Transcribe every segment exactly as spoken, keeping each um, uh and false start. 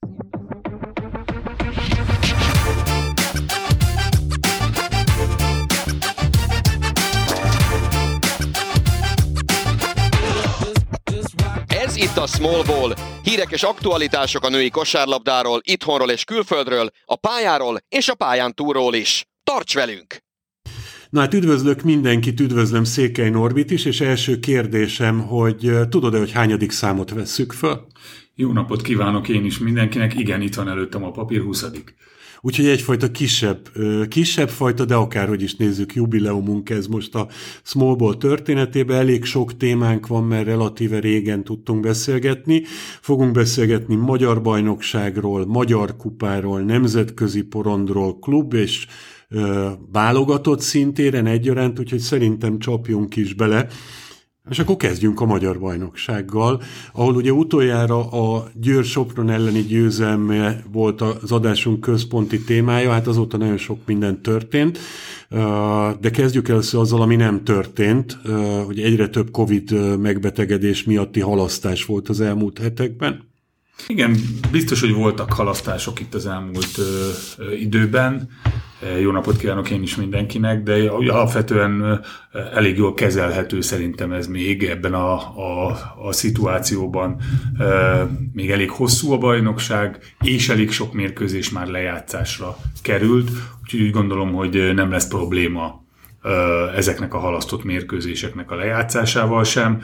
Ez itt a Small Ball. Hírek és aktualitások a női kosárlabdáról, itthonról és külföldről, a pályáról és a pályán túlról is. Tarts velünk! Na hát üdvözlök mindenkit, üdvözlöm Székely Norbit is, és első kérdésem, hogy tudod-e, hogy hányadik számot vesszük föl? Jó napot kívánok én is mindenkinek, igen, itt van előttem a papír, huszadik. Úgyhogy egyfajta kisebb, kisebb fajta, de akárhogy is nézzük, jubileumunk ez most a Small Ball történetében. Elég sok témánk van, mert relatíve régen tudtunk beszélgetni. Fogunk beszélgetni magyar bajnokságról, magyar kupáról, nemzetközi porondról, klub és ö, válogatott szintéren egyaránt, úgyhogy szerintem csapjunk is bele. És akkor kezdjünk a magyar bajnoksággal, ahol ugye utoljára a Győr-Sopron elleni győzelme volt az adásunk központi témája, hát azóta nagyon sok minden történt, de kezdjük először azzal, ami nem történt, hogy egyre több Covid megbetegedés miatti halasztás volt az elmúlt hetekben. Igen, biztos, hogy voltak halasztások itt az elmúlt ö, ö, időben. Jó napot kívánok én is mindenkinek, de alapvetően elég jól kezelhető szerintem ez még ebben a, a, a szituációban. Még elég hosszú a bajnokság, és elég sok mérkőzés már lejátszásra került, úgyhogy úgy gondolom, hogy nem lesz probléma ezeknek a halasztott mérkőzéseknek a lejátszásával sem.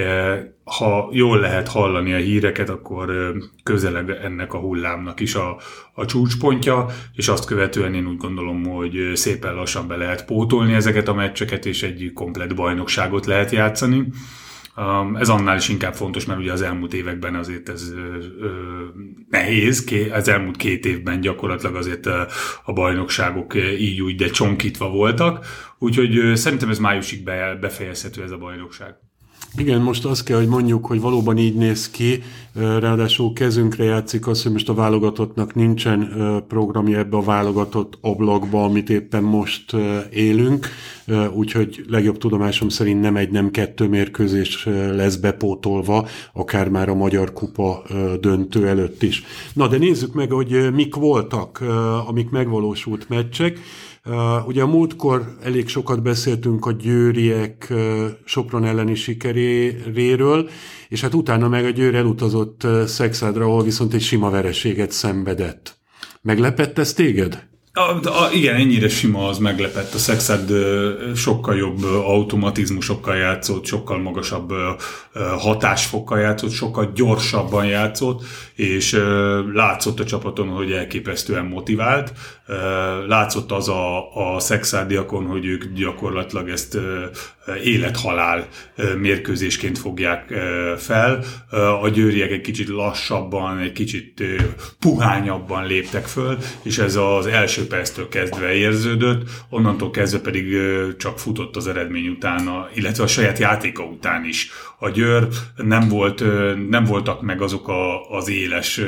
Ha jól lehet hallani a híreket, akkor közeleg ennek a hullámnak is a, a csúcspontja, és azt követően én úgy gondolom, hogy szépen lassan be lehet pótolni ezeket a meccseket, és egy komplett bajnokságot lehet játszani. Ez annál is inkább fontos, mert ugye az elmúlt években azért ez ö, ö, nehéz, az elmúlt két évben gyakorlatilag azért a bajnokságok így úgy, de csonkítva voltak, úgyhogy szerintem ez májusig be, befejezhető ez a bajnokság. Igen, most azt kell, hogy mondjuk, hogy valóban így néz ki, ráadásul kezünkre játszik az, hogy most a válogatottnak nincsen programja ebbe a válogatott ablakba, amit éppen most élünk, úgyhogy legjobb tudomásom szerint nem egy, nem kettő mérkőzés lesz bepótolva, akár már a Magyar Kupa döntő előtt is. Na, de nézzük meg, hogy mik voltak, amik megvalósult meccsek. Uh, ugye a múltkor elég sokat beszéltünk a győriek uh, Sopron elleni sikeréről, és hát utána meg a Győr elutazott uh, Szekszádra, ahol viszont egy sima vereséget szenvedett. Meglepett ez téged? A, a, igen, ennyire sima az meglepett. A Szexád sokkal jobb automatizmusokkal játszott, sokkal magasabb hatásfokkal játszott, sokkal gyorsabban játszott, és látszott a csapaton, hogy elképesztően motivált. Látszott az a, a szexádiakon, hogy ők gyakorlatilag ezt élethalál mérkőzésként fogják fel. A győriek egy kicsit lassabban, egy kicsit puhányabban léptek föl, és ez az első perctől kezdve érződött, onnantól kezdve pedig csak futott az eredmény utána, illetve a saját játéka után is. A Győr nem, volt, nem voltak meg azok a, az éles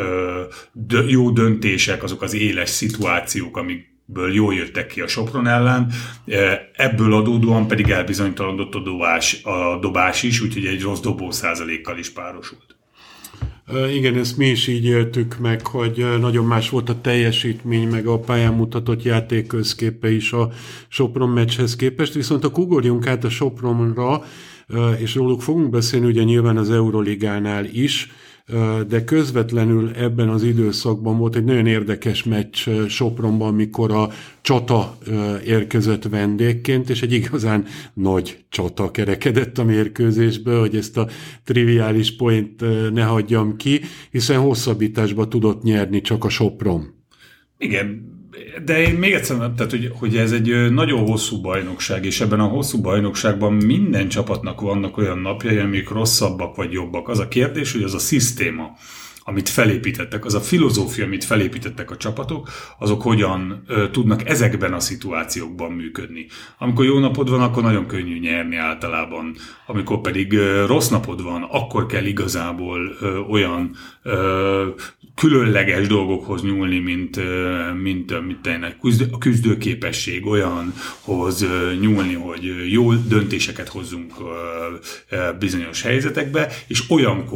jó döntések, azok az éles szituációk, amik ből jól jöttek ki a Sopron ellen, ebből adódóan pedig elbizonytalanodott a dobás, a dobás is, úgyhogy egy rossz dobó százalékkal is párosult. Igen, ezt mi is így éltük meg, hogy nagyon más volt a teljesítmény, meg a pályán mutatott játék közképe is a Sopron meccshez képest, viszont ha ugorjunk át a Sopronra, és róluk fogunk beszélni ugye nyilván az Euroligánál is, de közvetlenül ebben az időszakban volt egy nagyon érdekes meccs Sopronban, amikor a Csata érkezett vendégként, és egy igazán nagy csata kerekedett a mérkőzésből, hogy ezt a triviális point ne hagyjam ki, hiszen hosszabbításba tudott nyerni csak a Sopron. Igen, de én még egyszer mondom, tehát, hogy, hogy ez egy nagyon hosszú bajnokság, és ebben a hosszú bajnokságban minden csapatnak vannak olyan napjai, amik rosszabbak vagy jobbak. Az a kérdés, hogy az a szisztéma, amit felépítettek, az a filozófia, amit felépítettek a csapatok, azok hogyan ö, tudnak ezekben a szituációkban működni. Amikor jó napod van, akkor nagyon könnyű nyerni általában. Amikor pedig ö, rossz napod van, akkor kell igazából ö, olyan ö, különleges dolgokhoz nyúlni, mint, mint, mint a küzdőképesség, olyanhoz nyúlni, hogy jó döntéseket hozzunk bizonyos helyzetekbe, és olyankor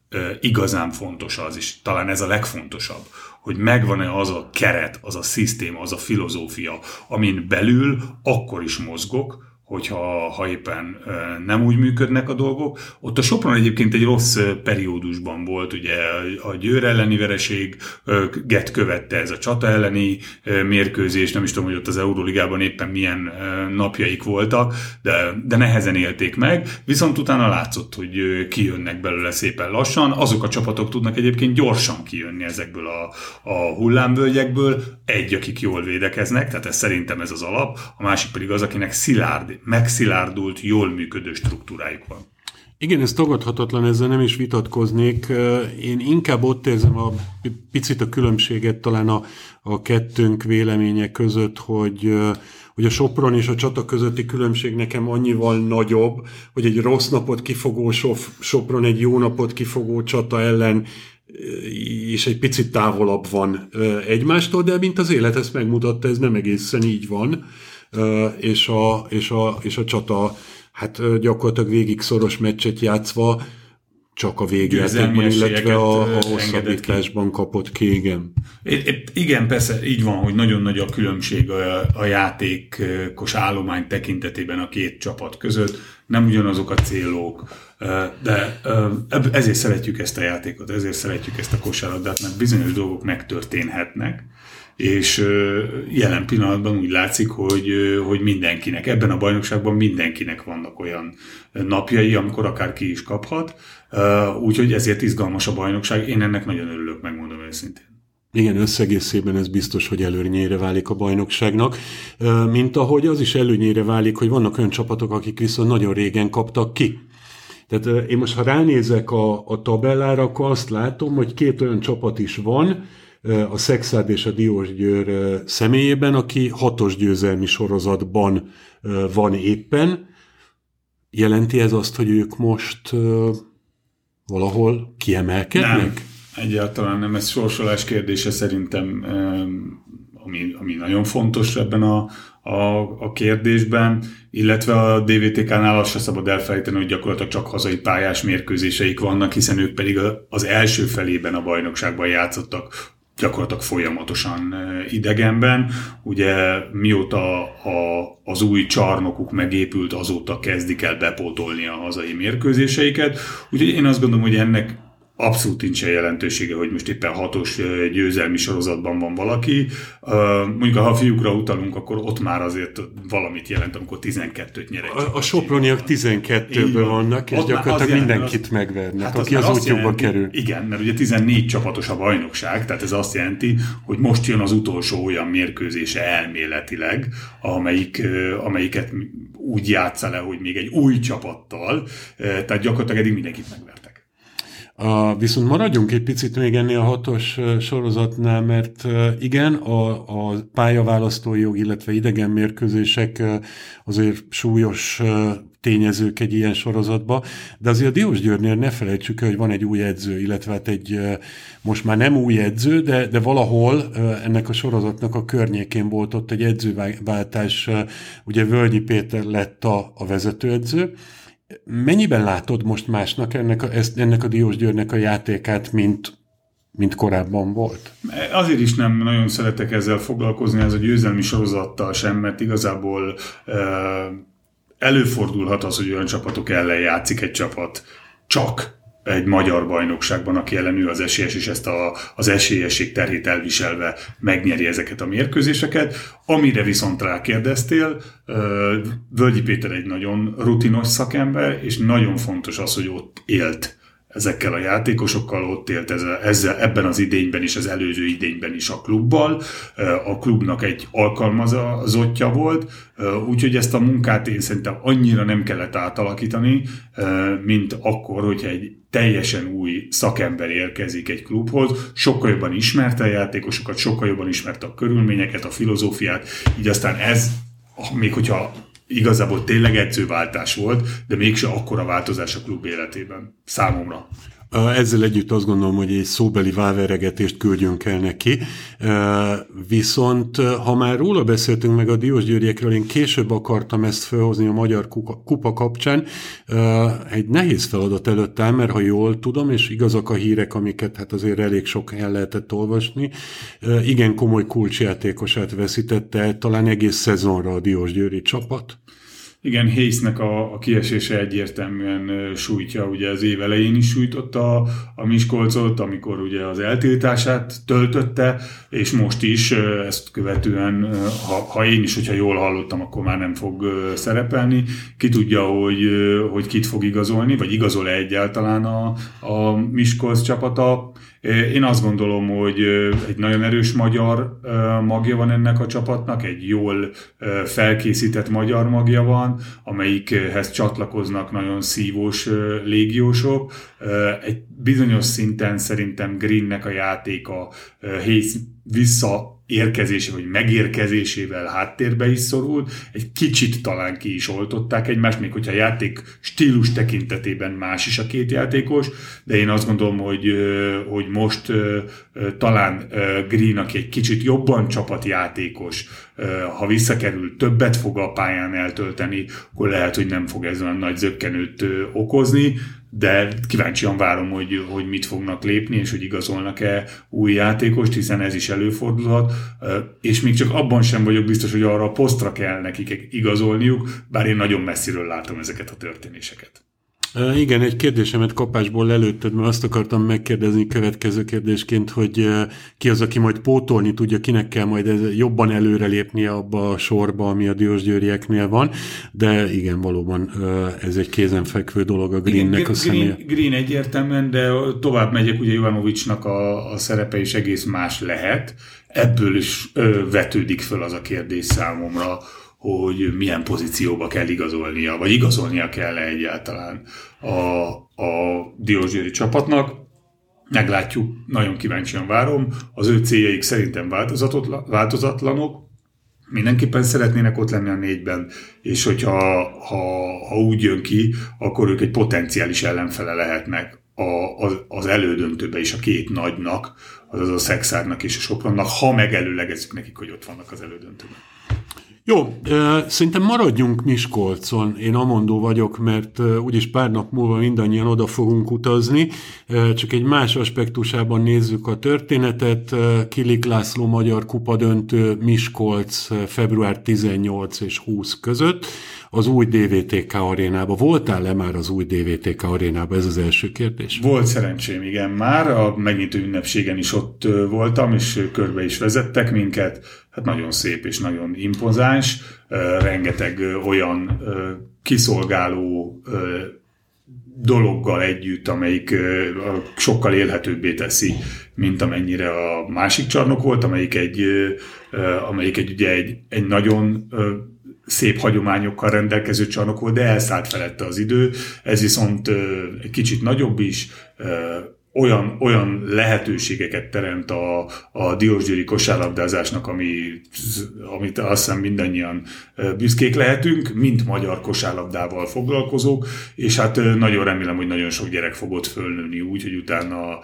igazán fontos az is, talán ez a legfontosabb, hogy megvan-e az a keret, az a szisztéma, az a filozófia, amin belül akkor is mozgok, hogyha ha éppen nem úgy működnek a dolgok. Ott a Sopron egyébként egy rossz periódusban volt, ugye a Győr elleni vereséget követte ez a Csata elleni mérkőzés, nem is tudom, hogy ott az Euróligában éppen milyen napjaik voltak, de, de nehezen élték meg, viszont utána látszott, hogy kijönnek belőle szépen lassan, azok a csapatok tudnak egyébként gyorsan kijönni ezekből a, a hullámvölgyekből, egy, akik jól védekeznek, tehát ez szerintem ez az alap, a másik pedig az, akinek szilárd megszilárdult, jól működő struktúrájuk van. Igen, ez tagadhatatlan, ezzel nem is vitatkoznék. Én inkább ott érzem a picit a különbséget talán a, a kettőnk véleménye között, hogy, hogy a Sopron és a Csata közötti különbség nekem annyival nagyobb, hogy egy rossz napot kifogó Sopron egy jó napot kifogó Csata ellen és egy picit távolabb van egymástól, de mint az élet ezt megmutatta, ez nem egészen így van. És a, és, a, és a Csata hát gyakorlatilag végig szoros meccset játszva csak a végjátékban, illetve a, a hosszabbításban kapott ki, igen. Igen, persze így van, hogy nagyon nagy a különbség a, a játékos állomány tekintetében a két csapat között, nem ugyanazok a célok, de ezért szeretjük ezt a játékot, ezért szeretjük ezt a kosárlabdát, mert bizonyos dolgok megtörténhetnek, és jelen pillanatban úgy látszik, hogy, hogy mindenkinek, ebben a bajnokságban mindenkinek vannak olyan napjai, amikor akár ki is kaphat, úgyhogy ezért izgalmas a bajnokság. Én ennek nagyon örülök, megmondom őszintén. Igen, összegészében ez biztos, hogy előnyére válik a bajnokságnak, mint ahogy az is előnyére válik, hogy vannak olyan csapatok, akik viszont nagyon régen kaptak ki. Tehát én most, ha ránézek a, a tabellára, akkor azt látom, hogy két olyan csapat is van, a Szexárd és a Diósgyőr személyében, aki hatos győzelmi sorozatban van éppen. Jelenti ez azt, hogy ők most valahol kiemelkednek? Nem, egyáltalán nem. Ez sorsolás kérdése szerintem, ami, ami nagyon fontos ebben a, a, a kérdésben, illetve a dé vé té ká-nál azt se szabad elfelejteni, hogy gyakorlatilag csak hazai pályás mérkőzéseik vannak, hiszen ők pedig az első felében a bajnokságban játszottak gyakorlatilag folyamatosan idegenben. Ugye mióta a, az új csarnokuk megépült, azóta kezdik el bepótolni a hazai mérkőzéseiket. Úgyhogy én azt gondolom, hogy ennek abszolút nincsen jelentősége, hogy most éppen hatos győzelmi sorozatban van valaki. Mondjuk, ha a fiúkra utalunk, akkor ott már azért valamit jelent, amikor tizenkettőt nyer. A, a soproniak tizenkettőből vannak, és ott gyakorlatilag mindenkit az, megvernek, hát aki az, az útjukba kerül. Igen, mert ugye tizennégy csapatos a bajnokság, tehát ez azt jelenti, hogy most jön az utolsó olyan mérkőzése elméletileg, amelyik, amelyiket úgy játsza le, hogy még egy új csapattal, tehát gyakorlatilag eddig mindenkit megvertek. Uh, viszont maradjunk egy picit még ennél a hatos uh, sorozatnál, mert uh, igen, a, a pályaválasztói jog, illetve idegen mérkőzések uh, azért súlyos uh, tényezők egy ilyen sorozatba, de azért a Diósgyőrnél ne felejtsük el, hogy van egy új edző, illetve hát egy uh, most már nem új edző, de, de valahol uh, ennek a sorozatnak a környékén volt ott egy edzőváltás, uh, ugye Völgyi Péter lett a, a vezetőedző. Mennyiben látod most másnak ennek a, ennek a Diósgyőrnek a játékát, mint, mint korábban volt? Azért is nem nagyon szeretek ezzel foglalkozni, ez a győzelmi sorozattal sem, mert igazából uh, előfordulhat az, hogy olyan csapatok ellen játszik egy csapat csak egy magyar bajnokságban, aki ellen ő az esélyes, és ezt a, az esélyesség terhét elviselve megnyeri ezeket a mérkőzéseket. Amire viszont rákérdeztél, Völgyi Péter egy nagyon rutinos szakember, és nagyon fontos az, hogy ott élt ezekkel a játékosokkal, ott élt ezzel, ezzel, ebben az idényben is, az előző idényben is a klubbal. A klubnak egy alkalmazottja volt, úgyhogy ezt a munkát én szerintem annyira nem kellett átalakítani, mint akkor, hogyha egy teljesen új szakember érkezik egy klubhoz, sokkal jobban ismerte a játékosokat, sokkal jobban ismerte a körülményeket, a filozófiát, így aztán ez, még hogyha igazából tényleg edzőváltás volt, de mégse akkora változás a klub életében számomra. Ezzel együtt azt gondolom, hogy egy szóbeli váveregetést küldjünk el neki. Viszont ha már róla beszéltünk meg a Diósgyőriekről, én később akartam ezt felhozni a Magyar Kupa kapcsán. Egy nehéz feladat előtt áll, mert ha jól tudom, és igazak a hírek, amiket hát azért elég sok el lehetett olvasni, igen komoly kulcsjátékosát veszítette el, talán egész szezonra a Diósgyőri csapat. Igen, Hayesnek a, a kiesése egyértelműen sújtja, ugye az év elején is sújtotta a, a Miskolcot, amikor ugye az eltiltását töltötte, és most is ezt követően, ha, ha én is, hogyha jól hallottam, akkor már nem fog szerepelni. Ki tudja, hogy, hogy kit fog igazolni, vagy igazol-e egyáltalán a, a Miskolc csapata. Én azt gondolom, hogy egy nagyon erős magyar magja van ennek a csapatnak, egy jól felkészített magyar magja van, amelyikhez csatlakoznak nagyon szívós légiósok. Egy bizonyos szinten szerintem Greennek a játéka Hayes visszaérkezése, vagy megérkezésével háttérbe is szorult. Egy kicsit talán ki is oltották egymást, még hogyha a játék stílus tekintetében más is a két játékos, de én azt gondolom, hogy, hogy most talán Green, aki egy kicsit jobban csapatjátékos, ha visszakerül, többet fog a pályán eltölteni, akkor lehet, hogy nem fog ez olyan nagy zökkenőt okozni, de kíváncsian várom, hogy, hogy mit fognak lépni, és hogy igazolnak-e új játékost, hiszen ez is előfordulhat, és még csak abban sem vagyok biztos, hogy arra a posztra kell nekik igazolniuk, bár én nagyon messziről látom ezeket a történéseket. Igen, egy kérdésemet kapásból lelőtted, mert azt akartam megkérdezni következő kérdésként, hogy ki az, aki majd pótolni tudja, kinek kell majd jobban előrelépnie abba a sorba, ami a Diósgyőrieknél van, de igen, valóban ez egy kézenfekvő dolog a Greennek igen, a személye. Green, Green egyértelműen, de tovább megyek, ugye Jovanovicsnak a, a szerepe is egész más lehet. Ebből is ö, vetődik föl az a kérdés számomra, hogy milyen pozícióba kell igazolnia, vagy igazolnia kell egyáltalán a, a Diósgyőri csapatnak. Meglátjuk, nagyon kíváncsian várom. Az ő céljaik szerintem változatlanok. Mindenképpen szeretnének ott lenni a négyben, és hogyha ha, ha úgy jön ki, akkor ők egy potenciális ellenfele lehetnek a, az, az elődöntőbe is a két nagynak, azaz a Szexárnak és a Sopronnak, ha megelőlegezzük nekik, hogy ott vannak az elődöntőben. Jó, szerintem maradjunk Miskolcon. Én amondó vagyok, mert úgyis pár nap múlva mindannyian oda fogunk utazni. Csak egy más aspektusában nézzük a történetet. Kilik László Magyar Kupa döntő Miskolc február tizennyolc és húsz között az új dé vé té ká arénába. Voltál-e már az új dé vé té ká arénába? Ez az első kérdés. Volt szerencsém, igen, már. A megnyitó ünnepségen is ott voltam, és körbe is vezettek minket. Hát nagyon szép és nagyon impozáns. Rengeteg olyan kiszolgáló dologgal együtt, amelyik sokkal élhetőbbé teszi, mint amennyire a másik csarnok volt, amelyik egy, amelyik egy, ugye egy, egy nagyon szép hagyományokkal rendelkező csarnok volt, de elszállt felette az idő. Ez viszont egy kicsit nagyobb is, olyan, olyan lehetőségeket teremt a, a diósgyőri kosárlabdázásnak, ami, amit azt hiszem mindannyian büszkék lehetünk, mint magyar kosárlabdával foglalkozók, és hát nagyon remélem, hogy nagyon sok gyerek fog ott fölnőni úgy, hogy utána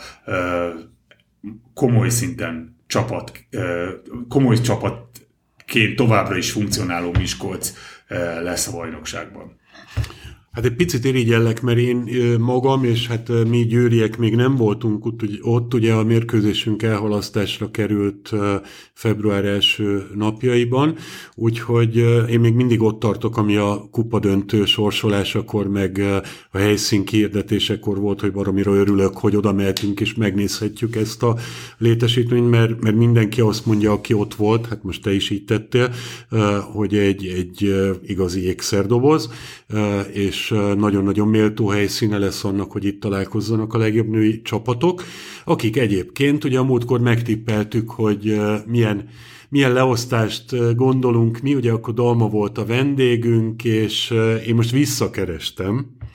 komoly szinten csapat, komoly csapatként továbbra is funkcionáló Miskolc lesz a bajnokságban. Hát egy picit irigyellek, mert én magam, és hát mi győriek még nem voltunk ott, ugye a mérkőzésünk elhalasztásra került február első napjaiban, úgyhogy én még mindig ott tartok, ami a kupadöntő sorsolásakor, meg a helyszín kiirdetésekor volt, hogy baromira örülök, hogy oda mehetünk és megnézhetjük ezt a létesítményt, mert, mert mindenki azt mondja, aki ott volt, hát most te is így tettél, hogy egy, egy igazi ékszerdoboz, és és nagyon-nagyon méltó helyszíne lesz annak, hogy itt találkozzanak a legjobb női csapatok, akik egyébként, ugye a múltkor megtippeltük, hogy milyen, milyen leosztást gondolunk mi, ugye akkor Dalma volt a vendégünk, és én most visszakerestem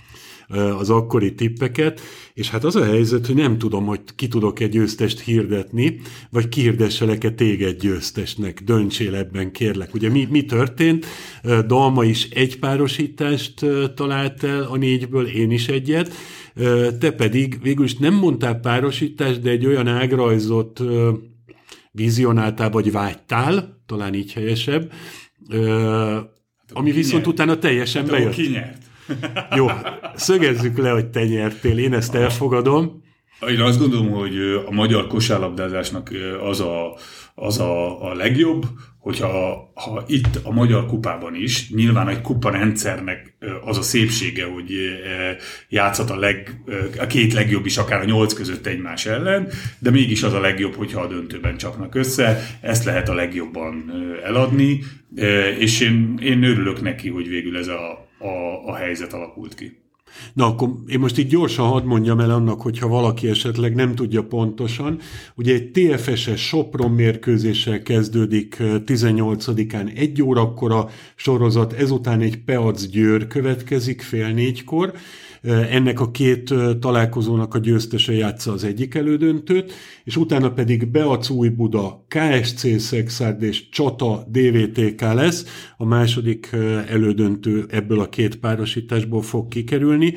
az akkori tippeket, és hát az a helyzet, hogy nem tudom, hogy ki tudok egy győztest hirdetni, vagy kihirdesselek-e téged győztesnek, döntsél ebben, kérlek. Ugye mi, mi történt? Dalma is egy párosítást talált el a négyből, én is egyet, te pedig végül is nem mondtál párosítást, de egy olyan ágrajzot vizionáltál, vagy vágytál, talán így helyesebb, ami viszont utána teljesen hát, bejött. Ki nyert? Jó, szögezzük le, hogy te nyertél, én ezt elfogadom. Én azt gondolom, hogy a magyar kosárlabdázásnak az a, az a, a legjobb, hogyha ha itt a Magyar Kupában is, nyilván egy kuparendszernek az a szépsége, hogy játszhat a, leg, a két legjobb is akár a nyolc között egymás ellen, de mégis az a legjobb, hogyha a döntőben csapnak össze, ezt lehet a legjobban eladni, és én, én örülök neki, hogy végül ez a, a, a helyzet alakult ki. Na, akkor én most így gyorsan hadd mondjam el annak, hogyha valaki esetleg nem tudja pontosan. Ugye egy té ef es-es Sopron mérkőzéssel kezdődik tizennyolcadikán egy órakor a sorozat, ezután egy Peac Győr következik fél négykor. Ennek a két találkozónak a győztese játsza az egyik elődöntőt, és utána pedig Beac Újbuda, ká es cé Szexárd és Csata dé vé té ká lesz. A második elődöntő ebből a két párosításból fog kikerülni,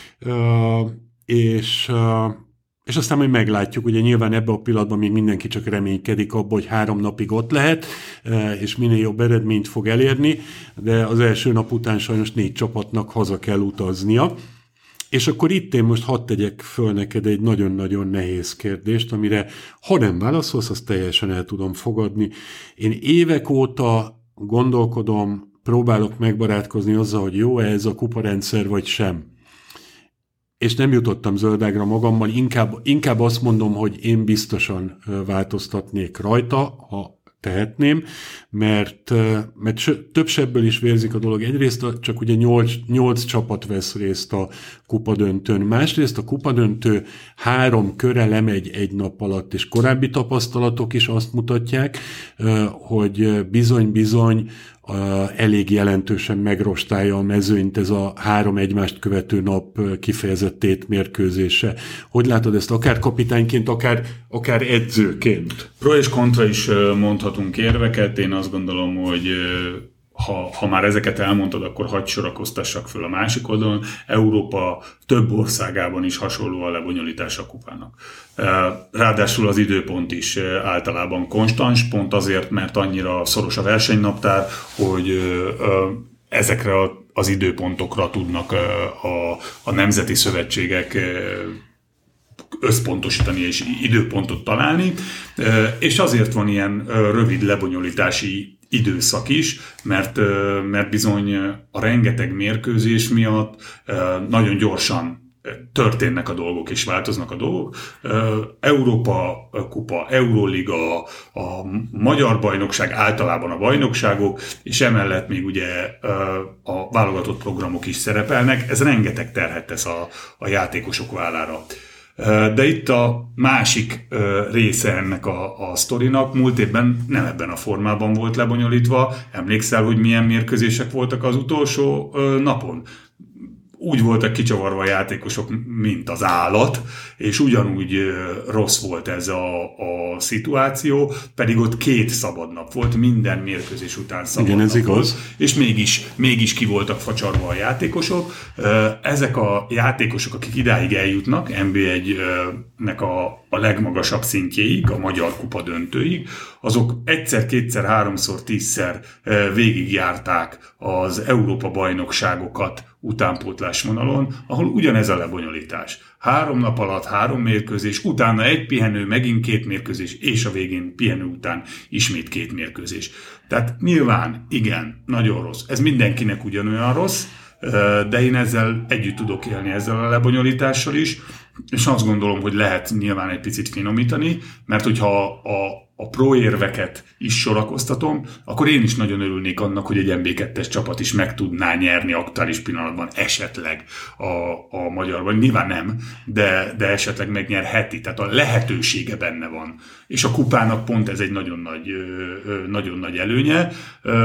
és, és aztán majd meglátjuk, ugye nyilván ebben a pillanatban még mindenki csak reménykedik abban, hogy három napig ott lehet, és minél jobb eredményt fog elérni, de az első nap után sajnos négy csapatnak haza kell utaznia. És akkor itt én most hadd tegyek föl neked egy nagyon-nagyon nehéz kérdést, amire ha nem válaszolsz, azt teljesen el tudom fogadni. Én évek óta gondolkodom, próbálok megbarátkozni azzal, hogy jó-e ez a kuparendszer, vagy sem. És nem jutottam zöldágra magammal, inkább, inkább azt mondom, hogy én biztosan változtatnék rajta, ha tehetném, mert, mert több sebből is vérzik a dolog. Egyrészt csak ugye nyolc, nyolc csapat vesz részt a kupadöntőn, másrészt a kupadöntő három köre lemegy egy nap alatt, és korábbi tapasztalatok is azt mutatják, hogy bizony-bizony elég jelentősen megrostálja a mezőnyt ez a három egymást követő nap kifejezett tétmérkőzése. Hogy látod ezt akár kapitányként, akár, akár edzőként? Pro és kontra is mondhatunk érveket. Én azt gondolom, hogy ha, ha már ezeket elmondtad, akkor hadd sorakoztassak föl a másik oldalon. Európa több országában is hasonló a lebonyolítás a kupának. Ráadásul az időpont is általában konstans, pont azért, mert annyira szoros a versenynaptár, hogy ezekre az időpontokra tudnak a, a nemzeti szövetségek összpontosítani és időpontot találni, és azért van ilyen rövid lebonyolítási időszak is, mert, mert bizony a rengeteg mérkőzés miatt nagyon gyorsan történnek a dolgok és változnak a dolgok. Európa kupa, Euróliga, a magyar bajnokság, általában a bajnokságok, és emellett még ugye a válogatott programok is szerepelnek. Ez rengeteg terhet tesz a, a játékosok vállára. De itt a másik része ennek a, a sztorinak, múlt évben nem ebben a formában volt lebonyolítva. Emlékszel, hogy milyen mérkőzések voltak az utolsó napon? Úgy voltak kicsavarva a játékosok, mint az állat, és ugyanúgy rossz volt ez a, a szituáció, pedig ott két szabad nap volt, minden mérkőzés után szabad Igen, ez nap igaz. volt, és mégis, mégis ki voltak facsarva a játékosok. Ezek a játékosok, akik idáig eljutnak, en bé egynek a, a legmagasabb szintjéig, a Magyar Kupa döntőig, azok egyszer, kétszer, háromszor, tízszer végigjárták az Európa bajnokságokat utánpótlás vonalon, ahol ugyanez a lebonyolítás. Három nap alatt három mérkőzés, utána egy pihenő, megint két mérkőzés, és a végén pihenő után ismét két mérkőzés. Tehát nyilván, igen, nagyon rossz. Ez mindenkinek ugyanolyan rossz, de én ezzel együtt tudok élni, ezzel a lebonyolítással is, és azt gondolom, hogy lehet nyilván egy picit finomítani, mert hogyha a a pro-érveket is sorakoztatom, akkor én is nagyon örülnék annak, hogy egy en bé kettes csapat is meg tudná nyerni aktuális pillanatban esetleg a, a magyarban. Nyilván nem, de, de esetleg megnyerheti, tehát a lehetősége benne van. És a kupának pont ez egy nagyon nagy, nagyon nagy előnye.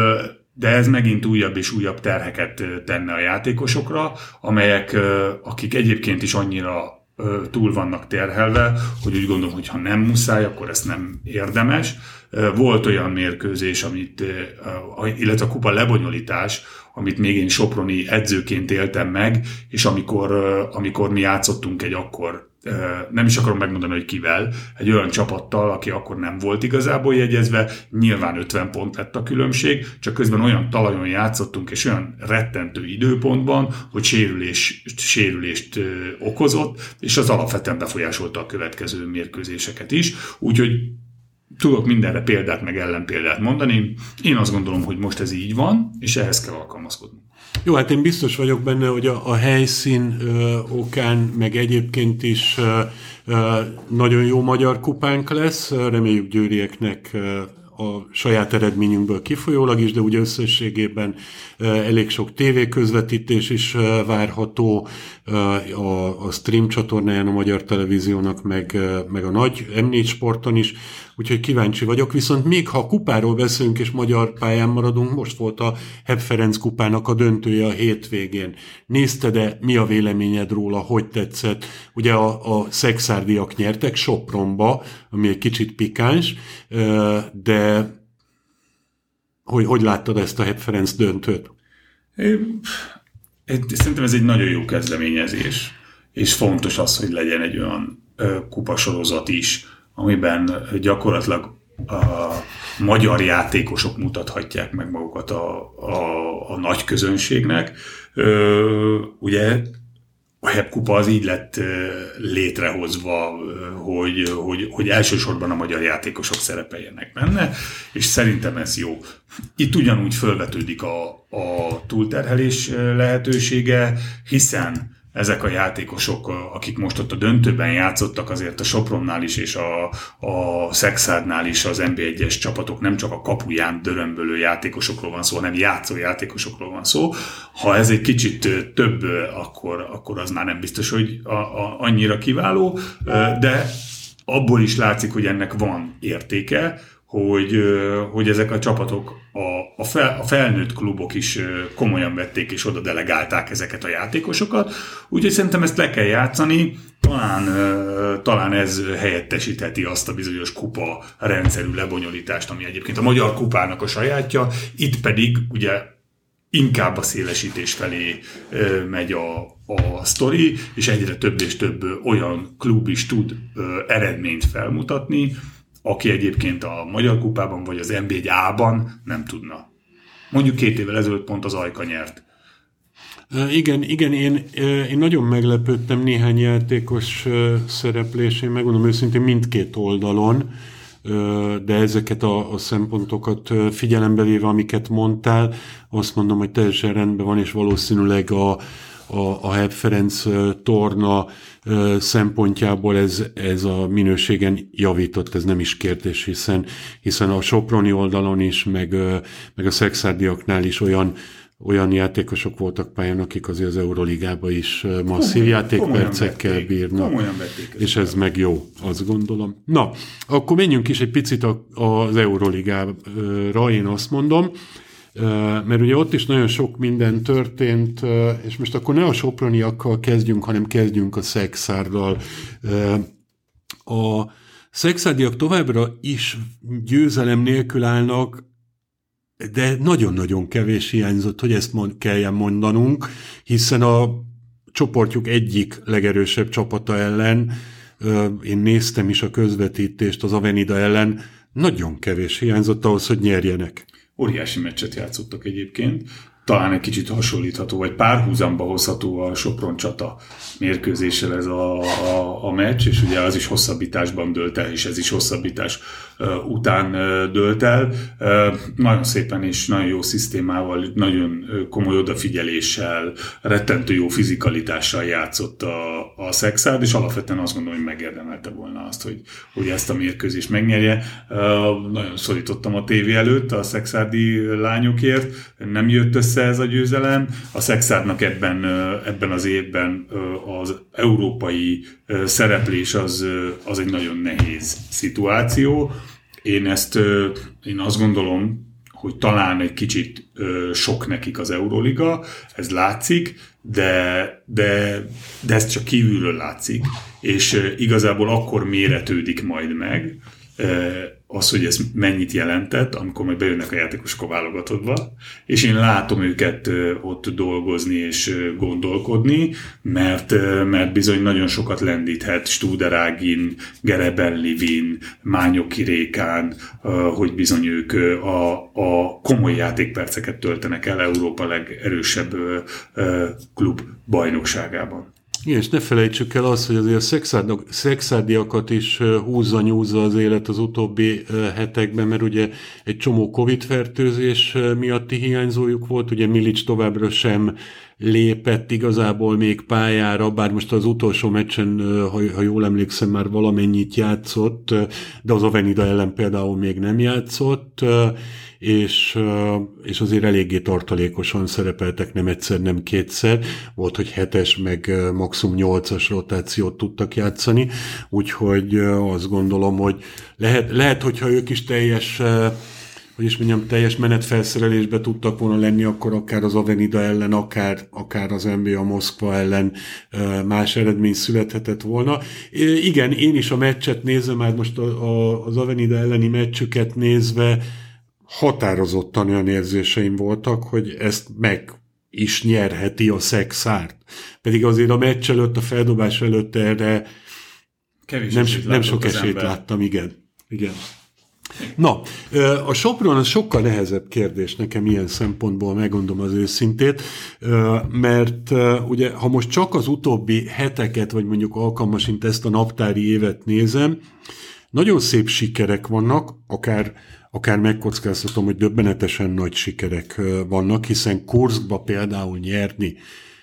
de ez megint újabb és újabb terheket tenne a játékosokra, amelyek, akik egyébként is annyira túl vannak terhelve, hogy úgy gondolom, hogy ha nem muszáj, akkor ezt nem érdemes. Volt olyan mérkőzés, amit, illetve a kupa lebonyolítás, amit még én soproni edzőként éltem meg, és amikor, amikor mi játszottunk egy akkor, nem is akarom megmondani, hogy kivel, egy olyan csapattal, aki akkor nem volt igazából jegyezve, nyilván ötven pont lett a különbség, csak közben olyan talajon játszottunk, és olyan rettentő időpontban, hogy sérülés, sérülést okozott, és az alapvetően befolyásolta a következő mérkőzéseket is, úgyhogy tudok mindenre példát meg ellenpéldát mondani. Én azt gondolom, hogy most ez így van, és ehhez kell alkalmazkodni. Jó, hát én biztos vagyok benne, hogy a, a helyszín ö, okán, meg egyébként is ö, ö, nagyon jó magyar kupánk lesz. Reméljük győrieknek ö, a saját eredményünkből kifolyólag is, de úgy összességében ö, elég sok tévéközvetítés is ö, várható ö, a, a stream csatornáján a Magyar Televíziónak, meg, ö, meg a nagy em négy Sporton is. Úgyhogy kíváncsi vagyok, viszont még ha a kupáról beszélünk és magyar pályán maradunk, most volt a Hebb Ferenc kupának a döntője a hétvégén. Nézted-e, mi a véleményed róla, hogy tetszett? Ugye a, a szexárdiak nyertek Sopronba, ami egy kicsit pikáns, de hogy, hogy láttad ezt a Hebb Ferenc döntőt? Én, én, szerintem ez egy nagyon jó kezdeményezés, és fontos az, hogy legyen egy olyan kupasorozat is, amiben gyakorlatilag a magyar játékosok mutathatják meg magukat a, a, a nagy közönségnek. Ö, ugye a Hebb kupa az így lett létrehozva, hogy, hogy, hogy elsősorban a magyar játékosok szerepeljenek benne, és szerintem ez jó. Itt ugyanúgy felvetődik a, a túlterhelés lehetősége, hiszen ezek a játékosok, akik most ott a döntőben játszottak, azért a Sopronnál is és a, a Szexárdnál is az en bé egyes csapatok nem csak a kapuján dörömbölő játékosokról van szó, hanem játszó játékosokról van szó. Ha ez egy kicsit több, akkor, akkor az már nem biztos, hogy a, a, annyira kiváló, de abból is látszik, hogy ennek van értéke, hogy, hogy ezek a csapatok, a, a, fel, a felnőtt klubok is komolyan vették és oda delegálták ezeket a játékosokat, úgyhogy szerintem ezt le kell játszani, talán, talán ez helyettesítheti azt a bizonyos kupa rendszerű lebonyolítást, ami egyébként a magyar kupának a sajátja, itt pedig ugye inkább a szélesítés felé megy a, a sztori, és egyre több és több olyan klub is tud eredményt felmutatni, aki egyébként a Magyar Kupában vagy az en bé egy á-ban nem tudna. Mondjuk két évvel ezelőtt pont az Ajka nyert. Igen, igen, én, én nagyon meglepődtem néhány játékos szereplésén, megmondom őszintén mindkét oldalon, de ezeket a, a szempontokat figyelembe véve, amiket mondtál, azt mondom, hogy teljesen rendben van, és valószínűleg a, a, a Hebb Ferenc torna szempontjából ez, ez a minőségen javított, ez nem is kérdés, hiszen, hiszen a soproni oldalon is, meg, meg a szexárdiaknál is olyan, olyan játékosok voltak pályán, akik azért az Euróligában is masszív játékpercekkel bírnak, és ez meg jó, azt gondolom. Na, akkor menjünk is egy picit az Euróligára, én azt mondom, mert ugye ott is nagyon sok minden történt, és most akkor ne a soproniakkal kezdjünk, hanem kezdjünk a Szexárddal. A szexárdiak továbbra is győzelem nélkül állnak, de nagyon-nagyon kevés hiányzott, hogy ezt mond, kelljen mondanunk, hiszen a csoportjuk egyik legerősebb csapata ellen, én néztem is a közvetítést az Avenida ellen, nagyon kevés hiányzott ahhoz, hogy nyerjenek. Óriási meccset játszottak egyébként, talán egy kicsit hasonlítható, vagy párhuzamba hozható a Sopron-Csata mérkőzéssel ez a, a, a meccs, és ugye az is hosszabbításban dőlt el, és ez is hosszabbítás uh, után uh, dőlt el. Uh, nagyon szépen és nagyon jó szisztémával, nagyon komoly odafigyeléssel, rettentő jó fizikalitással játszott a, a Szexárd, és alapvetően azt gondolom, hogy megérdemelte volna azt, hogy, hogy ezt a mérkőzést megnyerje. Uh, nagyon szorítottam a tévé előtt a szexárdi lányokért, nem jött össze ez a győzelem. A Szexárdnak ebben, ebben az évben az európai szereplés az, az egy nagyon nehéz szituáció. Én ezt, én azt gondolom, hogy talán egy kicsit ö, sok nekik az Euroliga, ez látszik, de, de, de ez csak kívülről látszik, és ö, igazából akkor méretődik majd meg ö, az, hogy ez mennyit jelentett, amikor majd bejönnek a játékosok a válogatottba, és én látom őket ö, ott dolgozni és ö, gondolkodni, mert, ö, mert bizony nagyon sokat lendíthet Studer Ágin, Gereben Livin, Mányoki Rékán, ö, hogy bizony ők ö, a, a komoly játékperceket töltenek el Európa legerősebb ö, ö, klub bajnokságában. Igen, és ne felejtsük el azt, hogy azért a szexárdiakat is húzza-nyúzza az élet az utóbbi hetekben, mert ugye egy csomó Covid-fertőzés miatti hiányzójuk volt, ugye Milic továbbra sem lépett igazából még pályára, bár most az utolsó meccsen, ha, ha jól emlékszem, már valamennyit játszott, de az Avenida ellen például még nem játszott, és, és azért eléggé tartalékosan szerepeltek, nem egyszer, nem kétszer. Volt, hogy hetes, meg maximum nyolcas rotációt tudtak játszani, úgyhogy azt gondolom, hogy lehet, lehet hogyha ők is teljes, hogy is mondjam, teljes menetfelszerelésbe tudtak volna lenni, akkor akár az Avenida ellen, akár, akár az en bé á Moszkva ellen más eredmény születhetett volna. Igen, én is a meccset nézve, már most az Avenida elleni meccsüket nézve, határozottan olyan érzéseim voltak, hogy ezt meg is nyerheti a Szexárt. Pedig azért a meccs előtt, a feldobás előtt erre Kevés nem, nem sok esélyt ember. láttam, igen. igen. Na, a Sopron az sokkal nehezebb kérdés nekem ilyen szempontból, megmondom az őszintét, mert ugye, ha most csak az utóbbi heteket, vagy mondjuk alkalmasint ezt a naptári évet nézem, nagyon szép sikerek vannak, akár akár megkockáztatom, hogy döbbenetesen nagy sikerek vannak, hiszen Kurszkba például nyerni,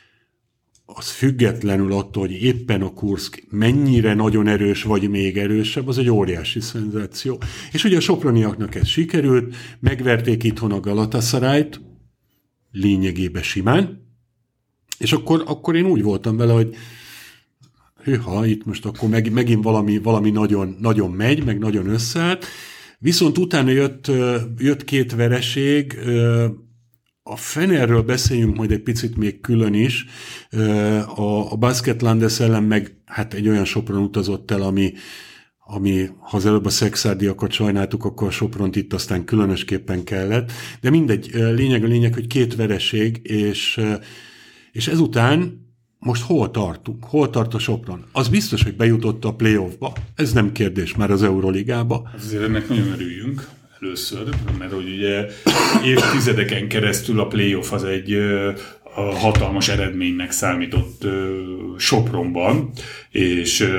az függetlenül attól, hogy éppen a Kurszk mennyire nagyon erős, vagy még erősebb, az egy óriási szenzáció. És ugye a soproniaknak ez sikerült, megverték itthon a Galatasarayt, lényegében simán, és akkor, akkor én úgy voltam vele, hogy hűha, itt most akkor meg, megint valami, valami nagyon, nagyon megy, meg nagyon összeállt. Viszont utána jött, jött két vereség, a Fenerről beszéljünk majd egy picit még külön is, a, a Basketlandes ellen meg hát egy olyan Sopron utazott el, ami, ami ha az előbb a szexárdiakat sajnáltuk, akkor a Sopront itt aztán különösképpen kellett, de mindegy, lényeg a lényeg, hogy két vereség, és, és ezután most hol tartunk? Hol tart a Sopron? Az biztos, hogy bejutott a playoffba. Ez nem kérdés már az Euroligába. Azért ennek nagyon örüljünk először, mert hogy ugye évtizedeken keresztül a playoff az egy a hatalmas eredménynek számított Sopronban, és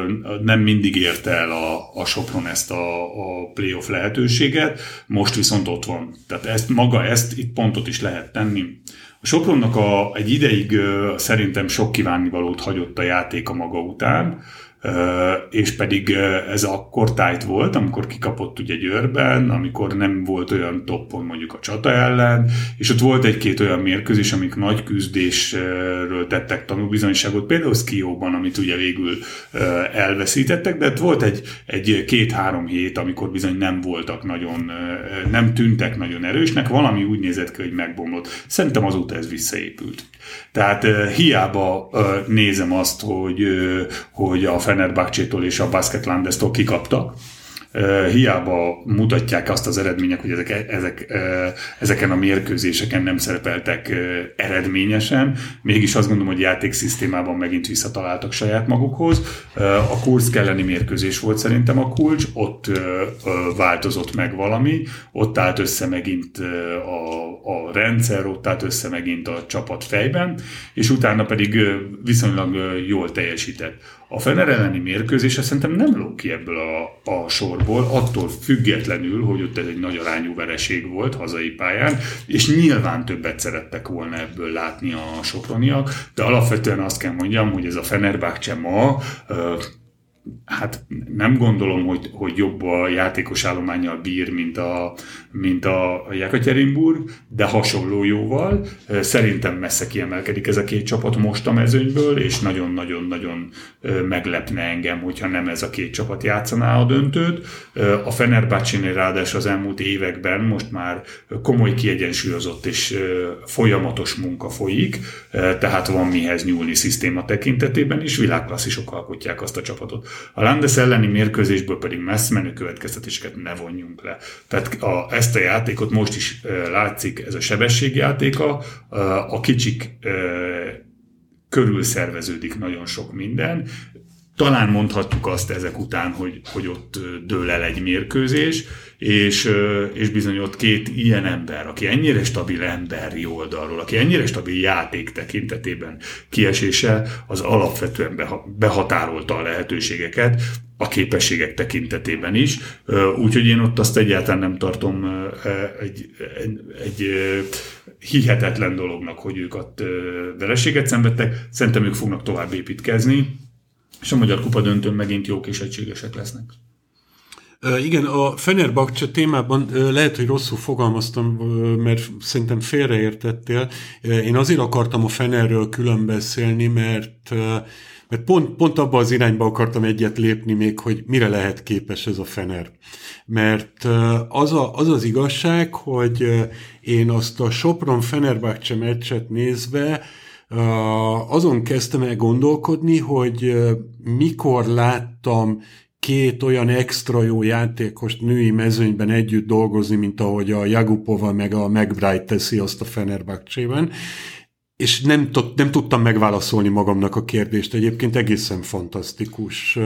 nem mindig érte el a, a Sopron ezt a, a playoff lehetőséget, most viszont ott van. Tehát ezt maga, ezt itt pontot is lehet tenni. A Sopronnak a, egy ideig uh, szerintem sok kívánnivalót hagyott a játék a maga után, uh, és pedig uh, ez akkor tájt volt, amikor kikapott ugye Győrben, amikor nem volt olyan toppon mondjuk a Csata ellen, és ott volt egy-két olyan mérkőzés, amik nagy küzdésről tettek tanúbizonyságot, például Szkióban, amit ugye végül uh, elveszítettek, de volt egy, egy két-három hét, amikor bizony nem voltak nagyon, uh, nem tűntek nagyon erősnek, valami úgy nézett ki, hogy megbomlott. Szerintem azóta ez visszaépült. Tehát uh, hiába uh, nézem azt, hogy, uh, hogy a Fenerbahcsétól és a Basketlandestól kikaptak, Uh, hiába mutatják azt az eredmények, hogy ezek, ezek, uh, ezeken a mérkőzéseken nem szerepeltek uh, eredményesen, mégis azt gondolom, hogy játékszisztémában megint visszataláltak saját magukhoz. Uh, a Kurszk elleni mérkőzés volt szerintem a kulcs, ott uh, uh, változott meg valami, ott állt össze megint uh, a, a rendszer, ott állt össze megint a csapat fejben, és utána pedig uh, viszonylag uh, jól teljesített. A Fener elleni mérkőzése szerintem nem lóg ki ebből a, a sorból, attól függetlenül, hogy ott ez egy nagy arányú vereség volt hazai pályán, és nyilván többet szerettek volna ebből látni a soproniak, de alapvetően azt kell mondjam, hogy ez a Fenerbahce ma hát nem gondolom, hogy, hogy jobb a játékos állománnyal bír, mint a, mint a Jekaterinburg, de hasonló jóval. Szerintem messze kiemelkedik ez a két csapat most a mezőnyből, és nagyon-nagyon-nagyon meglepne engem, hogyha nem ez a két csapat játszaná a döntőt. A Fenerbahcénél ráadásul az elmúlt években most már komoly kiegyensúlyozott és folyamatos munka folyik, tehát van mihez nyúlni szisztéma tekintetében is, világklasszisok alkotják azt a csapatot. A Landes elleni mérkőzésből pedig messze menő következtetéseket ne vonjunk le. Tehát a, ezt a játékot most is e, látszik, ez a sebességjátéka, e, a kicsik e, körül szerveződik nagyon sok minden. Talán mondhatjuk azt ezek után, hogy, hogy ott dől el egy mérkőzés, és, és bizony ott két ilyen ember, aki ennyire stabil emberi oldalról, aki ennyire stabil játék tekintetében kiesése, az alapvetően behatárolta a lehetőségeket, a képességek tekintetében is. Úgyhogy én ott azt egyáltalán nem tartom egy, egy, egy hihetetlen dolognak, hogy ők ott vereséget szenvedtek. Szerintem ők fognak tovább építkezni, és a Magyar Kupa döntőn megint jók és egységesek lesznek. Uh, igen, a Fenerbahce témában uh, lehet, hogy rosszul fogalmaztam, uh, mert szerintem félreértettél. Uh, én azért akartam a Fenerről külön beszélni, mert, uh, mert pont, pont abba az irányba akartam egyet lépni még, hogy mire lehet képes ez a Fener. Mert uh, az, a, az az igazság, hogy uh, én azt a Sopron-Fenerbahce meccset nézve Uh, azon kezdtem el gondolkodni, hogy uh, mikor láttam két olyan extra jó játékost női mezőnyben együtt dolgozni, mint ahogy a Jagupova meg a McBride teszi azt a Fenerbahce-ben, és nem, t- nem tudtam megválaszolni magamnak a kérdést. Egyébként egészen fantasztikus.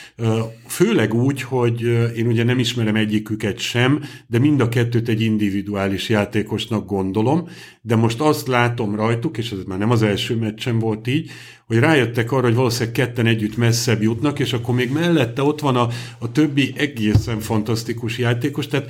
Főleg úgy, hogy én ugye nem ismerem egyiküket sem, de mind a kettőt egy individuális játékosnak gondolom, de most azt látom rajtuk, és ez már nem az első meccsen volt így, hogy rájöttek arra, hogy valószínűleg ketten együtt messzebb jutnak, és akkor még mellette ott van a, a többi egészen fantasztikus játékos, tehát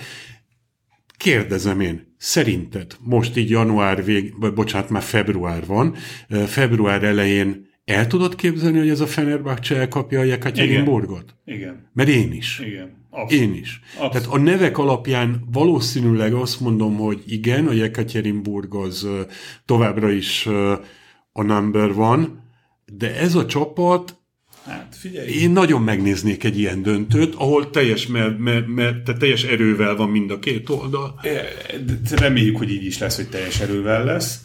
kérdezem én, szerinted most így január vég, vagy bocsánat, már február van, február elején el tudod képzelni, hogy ez a Fenerbahce elkapja a Jekaterinburgot? Igen. Igen. Mert én is. Igen. Abszolút. Én is. Abszolút. Tehát a nevek alapján valószínűleg azt mondom, hogy igen, a Jekaterinburg az továbbra is a number one, de ez a csapat, hát figyelj. Én nagyon megnéznék egy ilyen döntőt, ahol teljes, mert, mert, mert, tehát teljes erővel van mind a két oldal. Reméljük, hogy így is lesz, hogy teljes erővel lesz.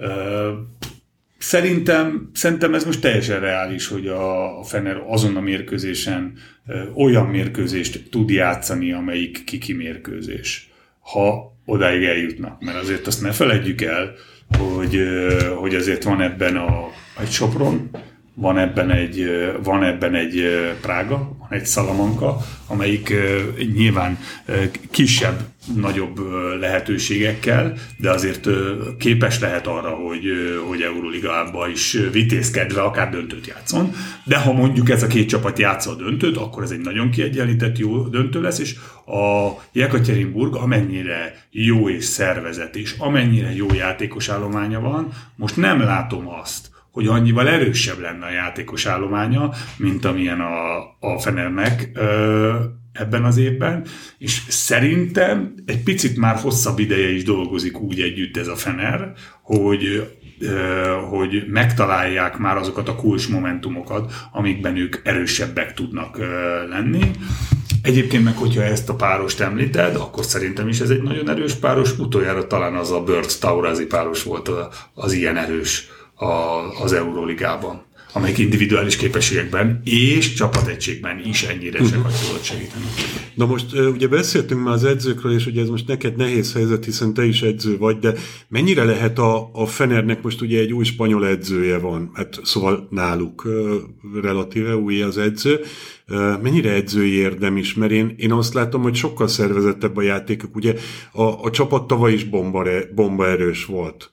Szerintem, szerintem ez most teljesen reális, hogy a Fener azon a mérkőzésen olyan mérkőzést tud játszani, amelyik kiki mérkőzés, ha odáig eljutnak. Mert azért azt ne feledjük el, hogy, hogy azért van ebben a, egy Sopron, van ebben egy, van ebben egy Prága, van egy Salamanca, amelyik nyilván kisebb, nagyobb lehetőségekkel, de azért képes lehet arra, hogy, hogy Euróligában is vitézkedve akár döntőt játszon. De ha mondjuk ez a két csapat játsza a döntőt, akkor ez egy nagyon kiegyenlített jó döntő lesz, és a Jekaterinburg amennyire jó és szervezet, és amennyire jó játékos állománya van, most nem látom azt, hogy annyival erősebb lenne a játékos állománya, mint amilyen a, a Fenernek ö, ebben az évben, és szerintem egy picit már hosszabb ideje is dolgozik úgy együtt ez a Fener, hogy, ö, hogy megtalálják már azokat a kulcsmomentumokat, amikben ők erősebbek tudnak ö, lenni. Egyébként meg, hogyha ezt a párost említed, akkor szerintem is ez egy nagyon erős páros, utoljára talán az a Bird-Taurazi páros volt az ilyen erős az Euróligában, amelyik individuális képességekben és csapategységben is ennyire uh-huh. sokat tudott segíteni. Na most ugye beszéltünk már az edzőkről, és ugye ez most neked nehéz helyzet, hiszen te is edző vagy, de mennyire lehet a, a Fenernek most ugye egy új spanyol edzője van, hát szóval náluk relatíve új az edző, mennyire edzői érdem is, mert én, én azt látom, hogy sokkal szervezettebb a játékok, ugye a, a csapat tavaly is bomba, bomba erős volt.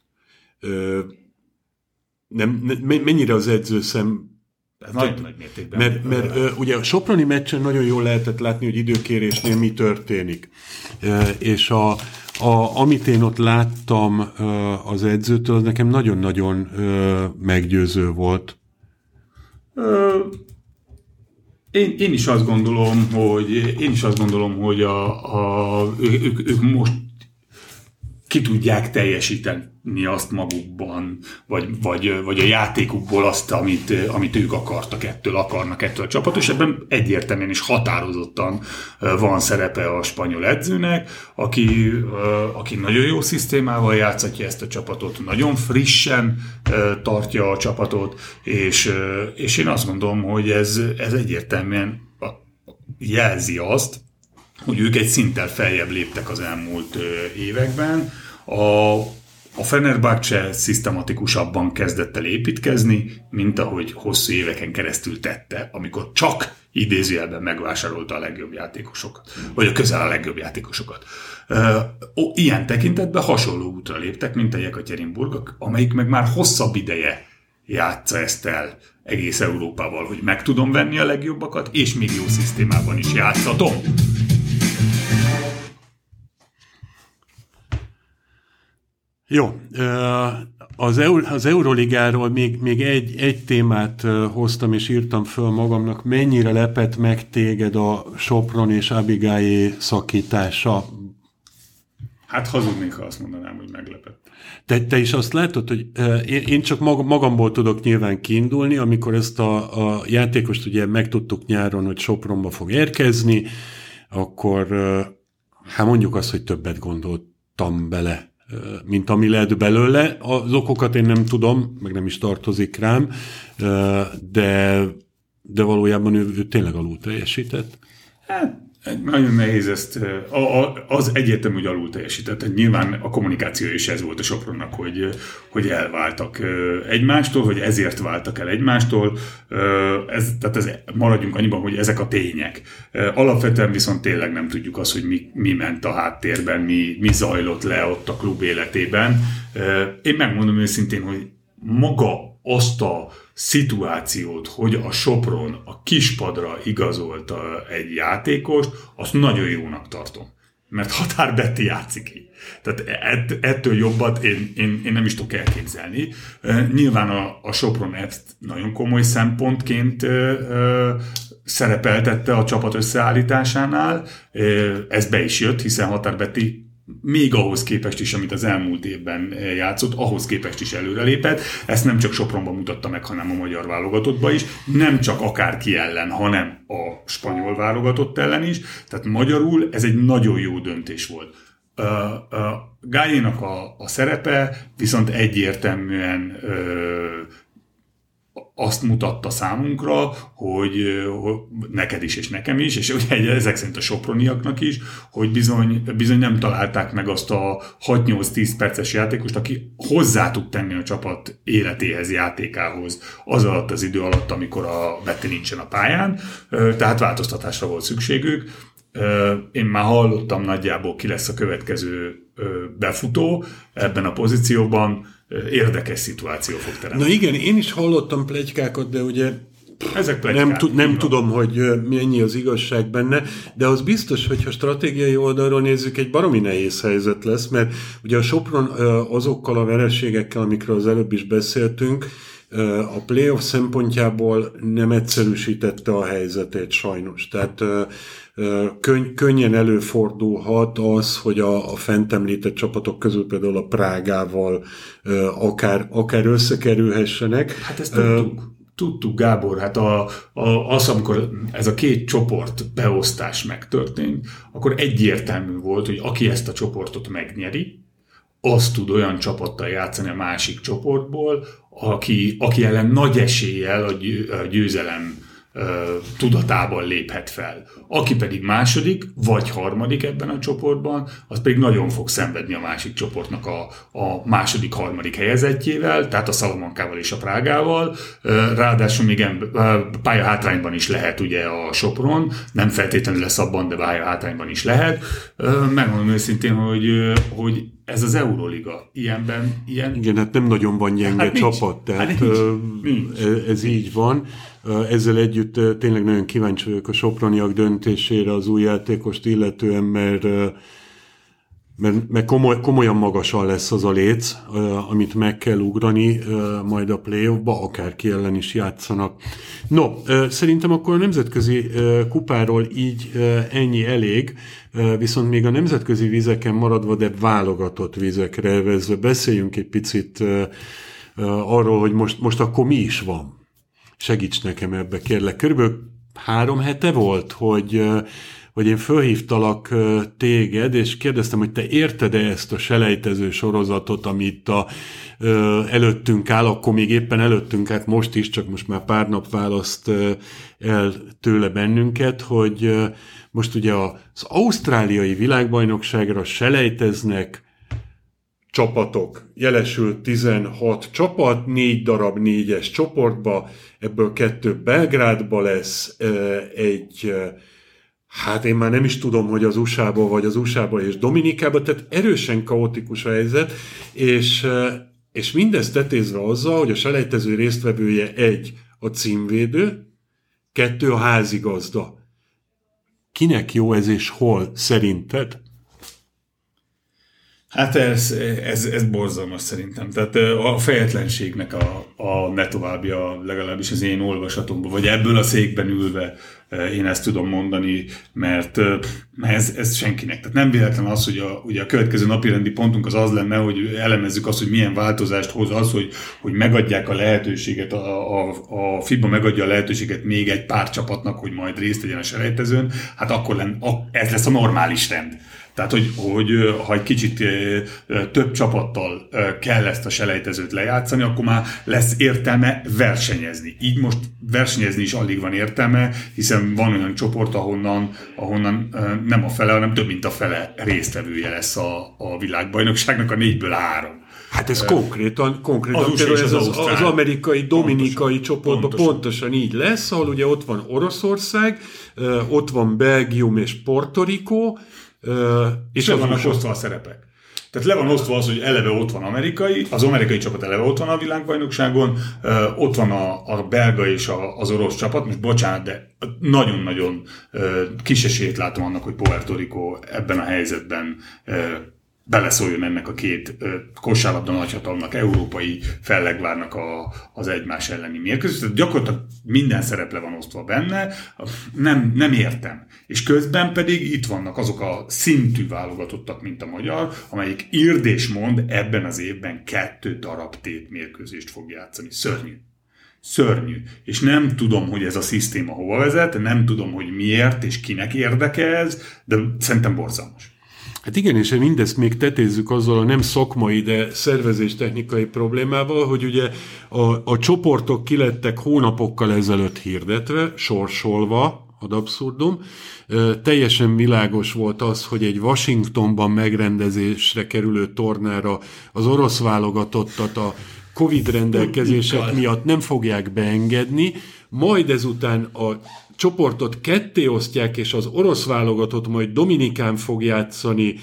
Nem, mennyire az edzőszem... Nagyon nagy mértékben. Mert, mert uh, ugye a soproni meccsen nagyon jól lehetett látni, hogy időkérésnél mi történik. Uh, és a, a, amit én ott láttam uh, az edzőtől, az nekem nagyon-nagyon uh, meggyőző volt. Uh, Én, én is azt gondolom, hogy én is azt gondolom, hogy a, a, ők, ők most ki tudják teljesíteni azt magukban, vagy, vagy, vagy a játékukból azt, amit, amit ők akartak ettől, akarnak ettől a csapat, és ebben egyértelműen és határozottan van szerepe a spanyol edzőnek, aki, aki nagyon jó szisztémával játszatja ezt a csapatot, nagyon frissen tartja a csapatot, és, és én azt gondolom, hogy ez, ez egyértelműen jelzi azt, hogy ők egy szinttel feljebb léptek az elmúlt években. A, a Fenerbahce szisztematikusabban kezdett el építkezni, mint ahogy hosszú éveken keresztül tette, amikor csak idézőjelben megvásárolta a legjobb játékosokat, vagy a közel a legjobb játékosokat. Ilyen tekintetben hasonló útra léptek, mint a Jekaterinburg, amelyik meg már hosszabb ideje játsza ezt el egész Európával, hogy meg tudom venni a legjobbakat, és még jó szisztémában is játszatom. Jó, az, Eur, az Euroligáról még, még egy, egy témát hoztam és írtam föl magamnak. Mennyire lepett meg téged a Sopron és Abigail szakítása? Hát hazudnék, ha azt mondanám, hogy meglepett. Te, te is azt látod, hogy én, én csak magamból tudok nyilván kiindulni, amikor ezt a, a játékost ugye megtudtuk nyáron, hogy Sopronba fog érkezni, akkor hát mondjuk azt, hogy többet gondoltam bele, mint ami lett belőle. Az okokat én nem tudom, meg nem is tartozik rám, de, de valójában ő, ő tényleg alul teljesített. Hát, nagyon nehéz ezt, az egyértelmű, hogy alul teljesített. Nyilván a kommunikáció is ez volt a Sopronnak, hogy, hogy elváltak egymástól, hogy ezért váltak el egymástól. Ez, tehát ez, maradjunk annyiban, hogy ezek a tények. Alapvetően viszont tényleg nem tudjuk azt, hogy mi, mi ment a háttérben, mi, mi zajlott le ott a klub életében. Én megmondom őszintén, hogy maga azt a szituációt, hogy a Sopron a kispadra igazolta egy játékost, azt nagyon jónak tartom. Mert Határ Betti játszik ki. Tehát ett, ettől jobbat én, én, én nem is tudok elképzelni. Nyilván a, a Sopron ezt nagyon komoly szempontként ö, ö, szerepeltette a csapat összeállításánál. Ez be is jött, hiszen Határ Betti még ahhoz képest is, amit az elmúlt évben játszott, ahhoz képest is előrelépett. Ezt nem csak Sopronban mutatta meg, hanem a magyar válogatottban is. Nem csak akárki ellen, hanem a spanyol válogatott ellen is. Tehát magyarul ez egy nagyon jó döntés volt. Uh, uh, Gályénak a, a szerepe viszont egyértelműen uh, azt mutatta számunkra, hogy, hogy neked is és nekem is, és ugye ezek szerint a soproniaknak is, hogy bizony, bizony nem találták meg azt a hat-nyolc-tíz perces játékost, aki hozzá tud tenni a csapat életéhez, játékához az alatt az idő alatt, amikor a Betti nincsen a pályán, tehát változtatásra volt szükségük. Én már hallottam nagyjából, ki lesz a következő befutó ebben a pozícióban. Érdekes szituáció fog teremteni. Na igen, én is hallottam pletykákat, de ugye ezek pletykák, nem, t- nem tudom, hogy mennyi az igazság benne, de az biztos, hogyha stratégiai oldalról nézzük, egy baromi nehéz helyzet lesz, mert ugye a Sopron azokkal a vereségekkel, amikről az előbb is beszéltünk, a playoff szempontjából nem egyszerűsítette a helyzetét sajnos. Tehát könny- könnyen előfordulhat az, hogy a, a fent említett csapatok közül például a Prágával akár, akár összekerülhessenek. Hát ezt tudtuk. Tudtuk, Gábor, hát a, a, az, amikor ez a két csoport beosztás megtörtént, akkor egyértelmű volt, hogy aki ezt a csoportot megnyeri, az tud olyan csapattal játszani a másik csoportból, aki, aki ellen nagy eséllyel a, győ, a győzelem uh, tudatában léphet fel. Aki pedig második vagy harmadik ebben a csoportban, az pedig nagyon fog szenvedni a másik csoportnak a, a második, harmadik helyezettjével, tehát a Salamancával és a Prágával. Uh, ráadásul még ember, uh, pályahátrányban is lehet ugye a Sopron, nem feltétlenül lesz abban, de pályahátrányban is lehet. Uh, megmondom őszintén, hogy, uh, hogy ez az Euroliga. Ilyenben, ilyen... Igen, hát nem nagyon van gyenge hát csapat, tehát hát nincs. Nincs. Ez így van. Ezzel együtt tényleg nagyon kíváncsi vagyok a soproniak döntésére az új játékost illetően, mert mert, mert komoly, komolyan magasan lesz az a léc, amit meg kell ugrani majd a playoffba, akárki ellen is játszanak. No, szerintem akkor a nemzetközi kupáról így ennyi elég, viszont még a nemzetközi vizeken maradva, de válogatott vizekre elvezve beszéljünk egy picit arról, hogy most, most akkor mi is van. Segíts nekem ebbe, kérlek. Körülbelül három hete volt, hogy hogy én fölhívtalak téged, és kérdeztem, hogy te érted-e ezt a selejtező sorozatot, amit a, ö, előttünk áll, akkor még éppen előttünk, hát most is, csak most már pár nap választ el tőle bennünket, hogy ö, most ugye az ausztráliai világbajnokságra selejteznek csapatok. Jelesül tizenhat csapat, négy darab négyes csoportba, ebből kettő Belgrádba lesz, egy hát én már nem is tudom, hogy az u es á-ba vagy az u es á-ba és Dominikába, tehát erősen kaotikus a helyzet, és, és mindezt tetézve azzal, hogy a selejtező résztvevője egy a címvédő, kettő a házigazda. Kinek jó ez és hol szerinted? Hát ez, ez, ez borzalmas szerintem. Tehát a fejetlenségnek a, a ne továbbja, legalábbis az én olvasatomban, vagy ebből a székben ülve én ezt tudom mondani, mert ez, ez senkinek. Tehát nem véletlen az, hogy a, ugye a következő napirendi pontunk az az lenne, hogy elemezzük azt, hogy milyen változást hoz az, hogy, hogy megadják a lehetőséget, a, a, a FIBA megadja a lehetőséget még egy pár csapatnak, hogy majd részt vegyen a selejtezőn, hát akkor lenne, ez lesz a normális rend. Tehát, hogy, hogy ha egy kicsit több csapattal kell ezt a selejtezőt lejátszani, akkor már lesz értelme versenyezni. Így most versenyezni is alig van értelme, hiszen van olyan csoport, ahonnan, ahonnan nem a fele, hanem több mint a fele résztvevője lesz a, a világbajnokságnak, a négyből három. Hát ez konkrétan, konkrétan az például ez az, az, az amerikai, dominikai pontosan, csoportban pontosan. pontosan így lesz, ahol ugye ott van Oroszország, ott van Belgium és Puerto Rico, Uh, és le vannak osztva a szerepek. Tehát le van osztva az, hogy eleve ott van amerikai, az amerikai csapat eleve ott van a világbajnokságon, uh, ott van a, a belga és a, az orosz csapat, most bocsánat, de nagyon-nagyon uh, kis esélyt látom annak, hogy Puerto Rico ebben a helyzetben uh, beleszóljon ennek a két uh, kosárlabda nagyhatalomnak, európai fellegvárnak a, az egymás elleni mérkőzés. Tehát gyakorlatilag minden szereple van osztva benne, nem, nem értem. És közben pedig itt vannak azok a szintű válogatottak, mint a magyar, amelyik írd és mond ebben az évben kettő darab tét mérkőzést fog játszani. Szörnyű. Szörnyű. És nem tudom, hogy ez a szisztéma hova vezet, nem tudom, hogy miért és kinek érdeke ez, de szerintem borzalmas. Hát igen, és mindezt még tetézzük azzal a nem szakmai, de szervezéstechnikai problémával, hogy ugye a, a csoportok kilettek hónapokkal ezelőtt hirdetve, sorsolva, ad abszurdum. Teljesen világos volt az, hogy egy Washingtonban megrendezésre kerülő tornára az orosz válogatottat a Covid rendelkezések miatt nem fogják beengedni, majd ezután a csoportot ketté osztják, és az orosz válogatott majd Dominikán fog játszani,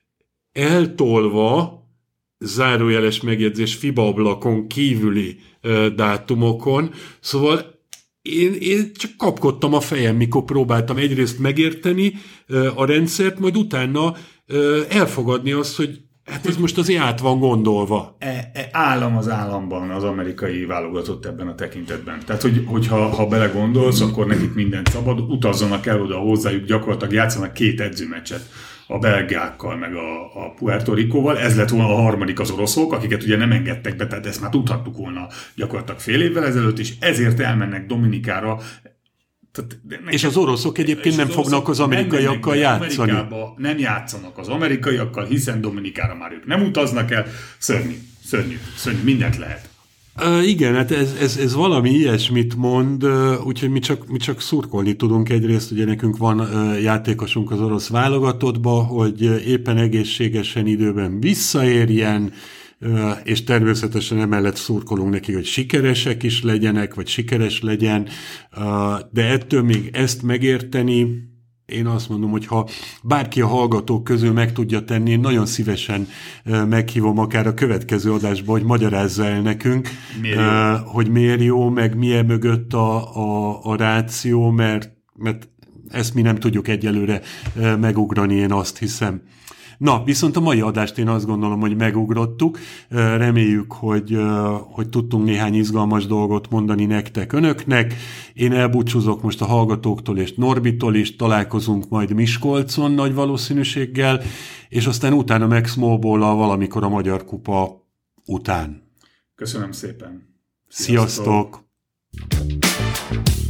eltolva, zárójeles megjegyzés, FIBA ablakon kívüli uh, dátumokon. Szóval én, én csak kapkodtam a fejem, mikor próbáltam egyrészt megérteni uh, a rendszert, majd utána uh, elfogadni azt, hogy hát ez most azért át van gondolva. E, e, állam az államban az amerikai válogatott ebben a tekintetben. Tehát, hogy, hogyha ha belegondolsz, akkor nekik mindent szabad, utazzanak el oda hozzájuk, gyakorlatilag játszanak két edzőmeccset a belgákkal, meg a, a Puerto Ricóval. Ez lett volna a harmadik az oroszok, akiket ugye nem engedtek be, tehát ezt már tudhattuk volna gyakorlatilag fél évvel ezelőtt, és ezért elmennek Dominikára. Tehát, és az oroszok egyébként nem fognak az amerikaiakkal játszani. Nem játszanak az amerikaiakkal, hiszen Dominikára már ők nem utaznak el. Szörnyű, szörnyű, szörnyű, mindent lehet. Uh, igen, hát ez, ez, ez valami ilyesmit mond, uh, úgyhogy mi csak, mi csak szurkolni tudunk egyrészt, ugye nekünk van uh, játékosunk az orosz válogatottba, hogy uh, éppen egészségesen időben visszaérjen, uh, és természetesen emellett szurkolunk neki, hogy sikeresek is legyenek, vagy sikeres legyen, uh, de ettől még ezt megérteni, én azt mondom, hogy ha bárki a hallgatók közül meg tudja tenni, én nagyon szívesen uh, meghívom akár a következő adásba, hogy magyarázza el nekünk, miért uh, hogy miért jó, meg milyen mögött a, a, a ráció, mert, mert ezt mi nem tudjuk egyelőre uh, megugrani, én azt hiszem. Na, viszont a mai adást én azt gondolom, hogy megugrottuk. Reméljük, hogy, hogy tudtunk néhány izgalmas dolgot mondani nektek, önöknek. Én elbúcsúzok most a hallgatóktól és Norbitól is, találkozunk majd Miskolcon nagy valószínűséggel, és aztán utána meg Smallball-al valamikor a Magyar Kupa után. Köszönöm szépen. Sziasztok! Sziasztok.